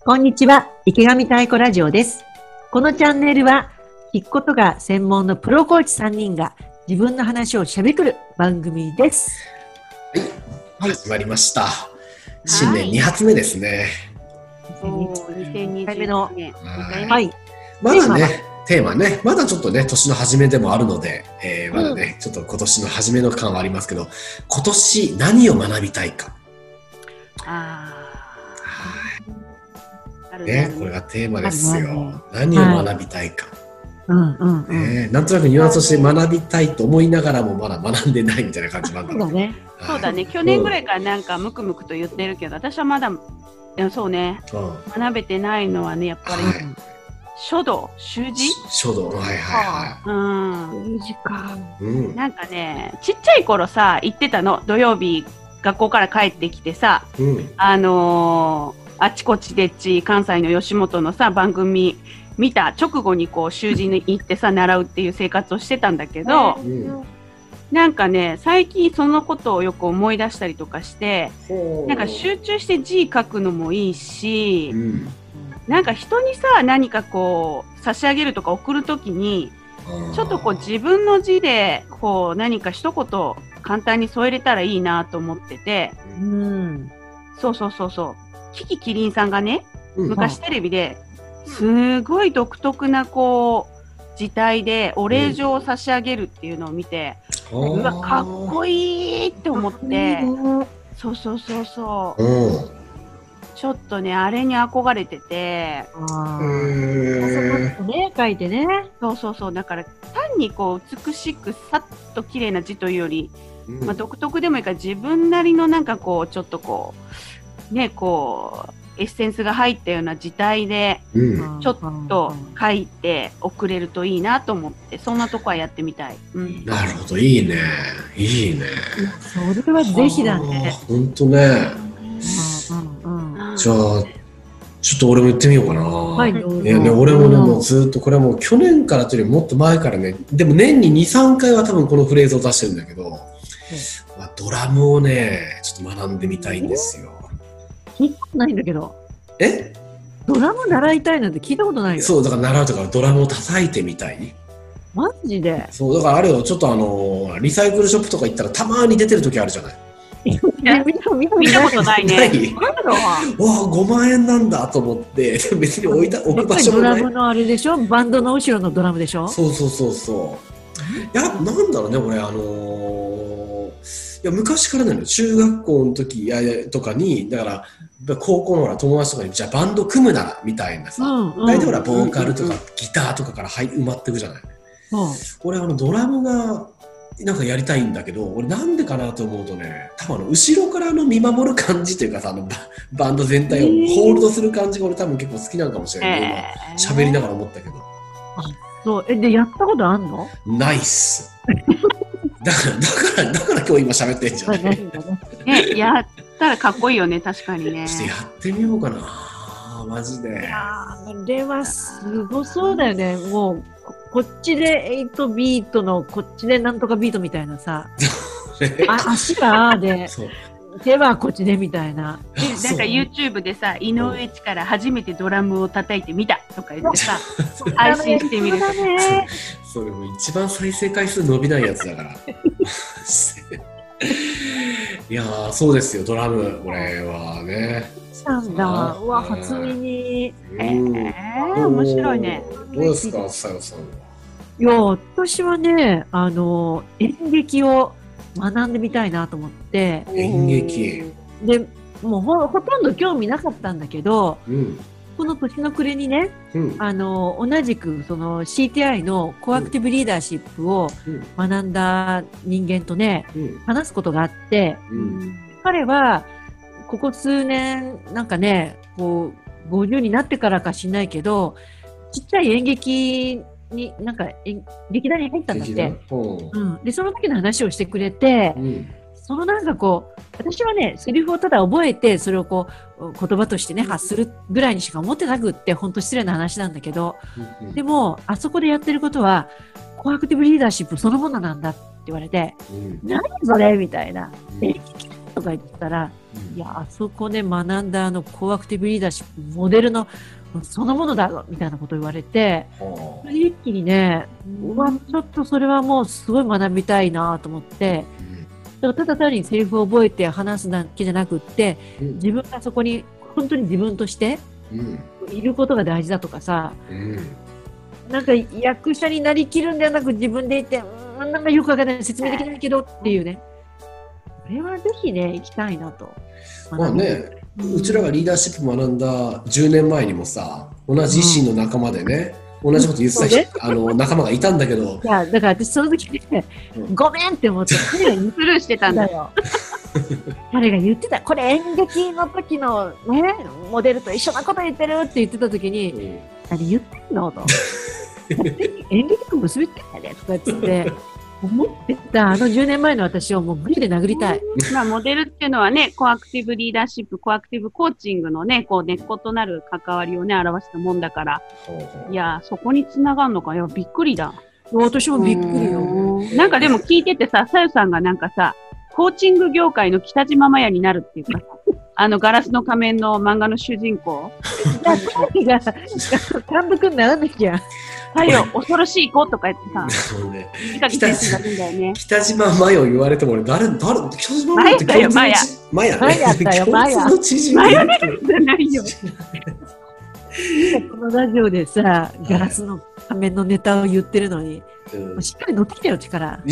こんにちは、池上太鼓ラジオです。このチャンネルは、聞くことが専門のプロコーチ3人が自分の話をしゃべくる番組です。 はい、始まりました。新年2発目ですね。 2020年のはい。 まだね、テーマね、まだちょっとね、年の初めでもあるので、まだね、ちょっと今年の初めの感はありますけど、今年何を学びたいか。ね、これがテーマですよ。何を学びたいか。なんとなくニュアンスとして学びたいと思いながらもまだ学んでないみたいな感じなんだろうね。 そうだね。去年ぐらいからなんかムクムクと言ってるけど、私はまだそうね、学べてないのはね、やっぱり書道、習字。 書道、はいはいはい。習字か。 なんかね、ちっちゃい頃さ、行ってたの。土曜日学校から帰ってきてさ、あちこちでっち関西の吉本のさ番組見た直後にこう習字に行ってさ習うっていう生活をしてたんだけど、なんかね最近そのことをよく思い出したりとかして、なんか集中して字書くのもいいし、なんか人にさ何かこう差し上げるとか送るときにちょっとこう自分の字でこう何か一言簡単に添えれたらいいなと思ってて、そうキキキリンさんがね、昔テレビですごい独特なこう字体でお礼状を差し上げるっていうのを見て、うわかっこいいって思って、そうちょっとねあれに憧れてて、 書いてね、 そうだから単にこう美しくさっと綺麗な字というより、独特でもいいから自分なりのなんかこうちょっとこうね、こうエッセンスが入ったような字体でちょっと書いて送れるといいなと思って、そんなとこはやってみたい。 なるほど、いいねいいね。 それはぜひだね。 本当ね。じゃあちょっと俺も言ってみようかな。俺もねもうずっとこれはもう去年からというよりもっと前からね、でも年に 2,3 回は多分このフレーズを出してるんだけど、ドラムをねちょっと学んでみたいんですよ。 聞いたことないんだけど。ドラム習いたいなんて聞いたことないよ。 そうだから習うとかドラムを叩いてみたい。 マジで。 そうだからあれよ、ちょっとリサイクルショップとか行ったらたまに出てる時あるじゃない。 見たことないね。 わあ5万円なんだと思って別に置く場所もない。 ドラムのあれでしょ、バンドの後ろのドラムでしょ。 そう。いやなんだろうね、俺いや昔からなのよ。中学校の時とかに、だから高校の友達とかにじゃあバンド組むならみたいなさ、大体ほらボーカルとかギターとかから埋まっていくじゃない。俺ドラムがなんかやりたいんだけど、俺なんでかなと思うとね、多分後ろから見守る感じというかさ、バンド全体をホールドする感じが俺多分結構好きなのかもしれない。今喋りながら思ったけど。 そうでやったことあんの？ ないっす。だから今日今喋ってんじゃない。 やったらかっこいいよね、確かにね。 ちょっとやってみようかな、マジで。 あれはすごそうだよね。もうこっちで8ビートのこっちでなんとかビートみたいなさ、足がで手はこっちでみたいな。 なんか YouTube でさ、井上力初めてドラムを叩いてみたとか言ってさ、配信してみるとか。 それも一番再生回数伸びないやつだから。いやーそうですよ、ドラム俺はね。 なんだ、うわ初耳。 面白いね。 どうですか、さよさんは。 いや私はね演劇を学んでみたいなと思って。 演劇でもうほとんど興味なかったんだけど、この年の暮れにね、同じくその CTI のコアクティブリーダーシップを学んだ人間とね、話すことがあって、彼はここ数年なんかねこう50になってからかしないけど、ちっちゃい演劇になんか劇団に入ったんだって。でその時の話をしてくれて、そのなんかこう私はねセリフをただ覚えてそれをこう言葉としてね発するぐらいにしか思ってなくって、本当失礼な話なんだけど、でもあそこでやってることはコアクティブリーダーシップそのものなんだって言われて、何それみたいな、とか言ったらいや、あそこで学んだコアクティブリーダーシップモデルのそのものだろみたいなことを言われて、一気にね、ちょっとそれはもうすごい学びたいなと思って、だからただ単にセリフを覚えて話すだけじゃなくって、自分がそこに本当に自分としていることが大事だとかさ、なんか役者になりきるんではなく自分でいて、なんかよくわからない、説明できないけどっていうね。これはぜひね、行きたいなと。 まあね、うちらがリーダーシップ学んだ10年前にもさ、同じ維新の仲間でね、同じこと言ってた仲間がいたんだけど。 いや、だから私その時ね、ごめんって思って、 スルーしてたんだよ。 彼が言ってた、これ演劇の時のね、モデルと一緒なこと言ってるって言ってた時に、何言ってんのと。演劇と結びつけないでとか言って思ってた10年前の私をもう無理で殴りたい。 まあモデルっていうのはね、コアクティブリーダーシップ、コアクティブコーチングのね、こう根っことなる関わりをね、表したもんだから。いや、そこに繋がるのか。いや、びっくりだ。 私もびっくりよ。 なんかでも聞いててさ、さゆさんがなんかさ、コーチング業界の北島麻也になるっていうか、ガラスの仮面の漫画の主人公。 監督にならなきゃ。 太陽、恐ろしい子とか言ってさ、北島先生がいいんだよね。 北島麻也を言われても俺、北島麻也って共通の麻也だよ、麻也。 麻也じゃないよ。 このラジオでさ、ガラスの仮面のネタを言ってるのに、しっかり乗ってきたよ、力。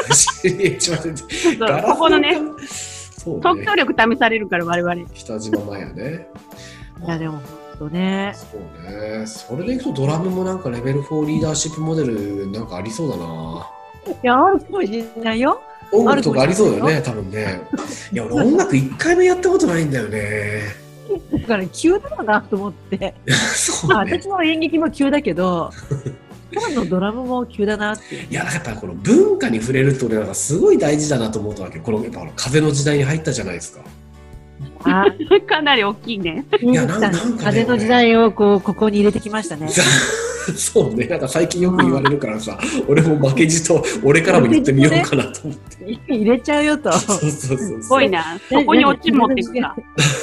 ここのね、即興力試されるから、我々。 北島麻也ね。 いや、でも、本当ね。 そうね。それでいくとドラムもなんかレベル4リーダーシップモデルなんかありそうだな。 いや、あるかもしれないよ。 音楽とかありそうだよね、多分ね。いや、俺音楽一回もやったことないんだよね。 だから急だろうなと思って。そうね、私の演劇も急だけど、今のドラムも急だなって。 いや、やっぱこの文化に触れるって俺なんかすごい大事だなと思ったわけ。このやっぱ風の時代に入ったじゃないですか。 かなり大きいね。 いや、なんかね、 風の時代をここに入れてきましたね。 そうね、なんか最近よく言われるからさ、俺も負けじと俺からも言ってみようかなと思って。 入れちゃうよと。 そうすごいな。そこにオチ持っていくか。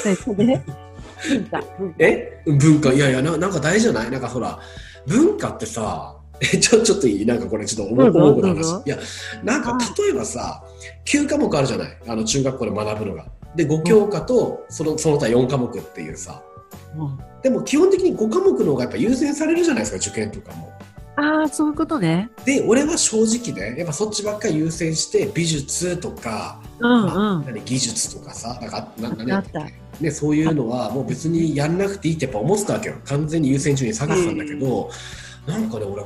文化、いやいや、なんか大事じゃない？なんかほら、文化ってさ、ちょっといい？なんかこれちょっと重くな話。いや、なんか例えばさ、9科目あるじゃない？中学校で学ぶのが。で、5教科とその他4科目っていうさ。でも基本的に5科目の方がやっぱ優先されるじゃないですか、受験とかも。 ああ、そういうことね。 で、俺は正直ね、やっぱそっちばっかり優先して美術とか、技術とかさ、ね、そういうのはもう別にやんなくていいってやっぱ思ってたわけよ。完全に優先順位下げてたんだけど、なんかね、俺は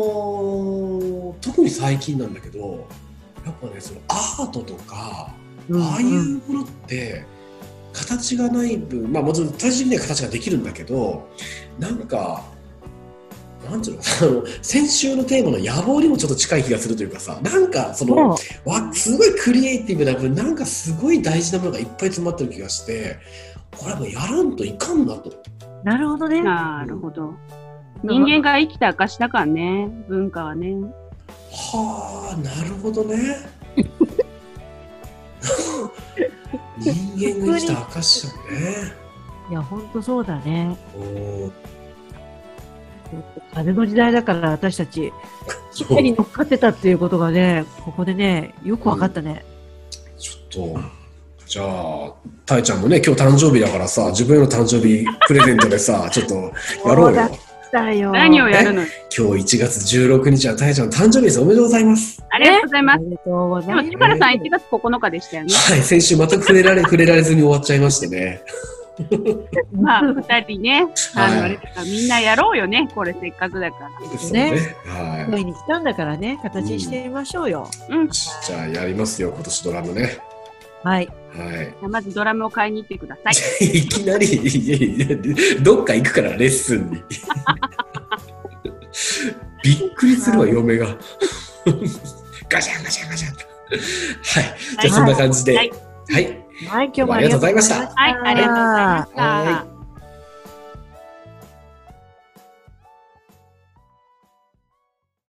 特に最近なんだけど、やっぱね、そのアートとか、ああいうものって形がない分、まあもちろん最終的には形ができるんだけど、なんかなんていうの、先週のテーマの野望にもちょっと近い気がするというかさ、なんかすごいクリエイティブな分、なんかすごい大事なものがいっぱい詰まってる気がして、これはもうやらんといかんなと。 なるほどね。 なるほど。人間が生きた証だからね、文化はね。 はあ、なるほどね。人間が生きた証だね。 いや、ほんとそうだね。風の時代だから私たちしっかり乗っかってたっていうことがね、ここでね、よく分かったね。 ちょっと、じゃあ、たいちゃんもね、今日誕生日だからさ、自分への誕生日プレゼントでさ、ちょっとやろうよ。 何をやるの？ 今日1月16日はたいちゃんの誕生日です。おめでとうございます。 ありがとうございます。でも、チカラさん1月9日でしたよね。 はい、先週全く触れられずに終わっちゃいましてね。 まあ、2人ね、あれだからみんなやろうよね、これせっかくだから。 そうね。 はい。に来たんだからね、形にしてみましょうよ。 じゃあやりますよ、今年ドラムね。 はい。 はい。 まずドラムを買いに行ってください。 いきなり、どっか行くからレッスンに。びっくりするわ、嫁が。ガシャンガシャンガシャンと。はい。じゃあそんな感じで。はい。 はい、今日もありがとうございました。 はい、ありがとうございました。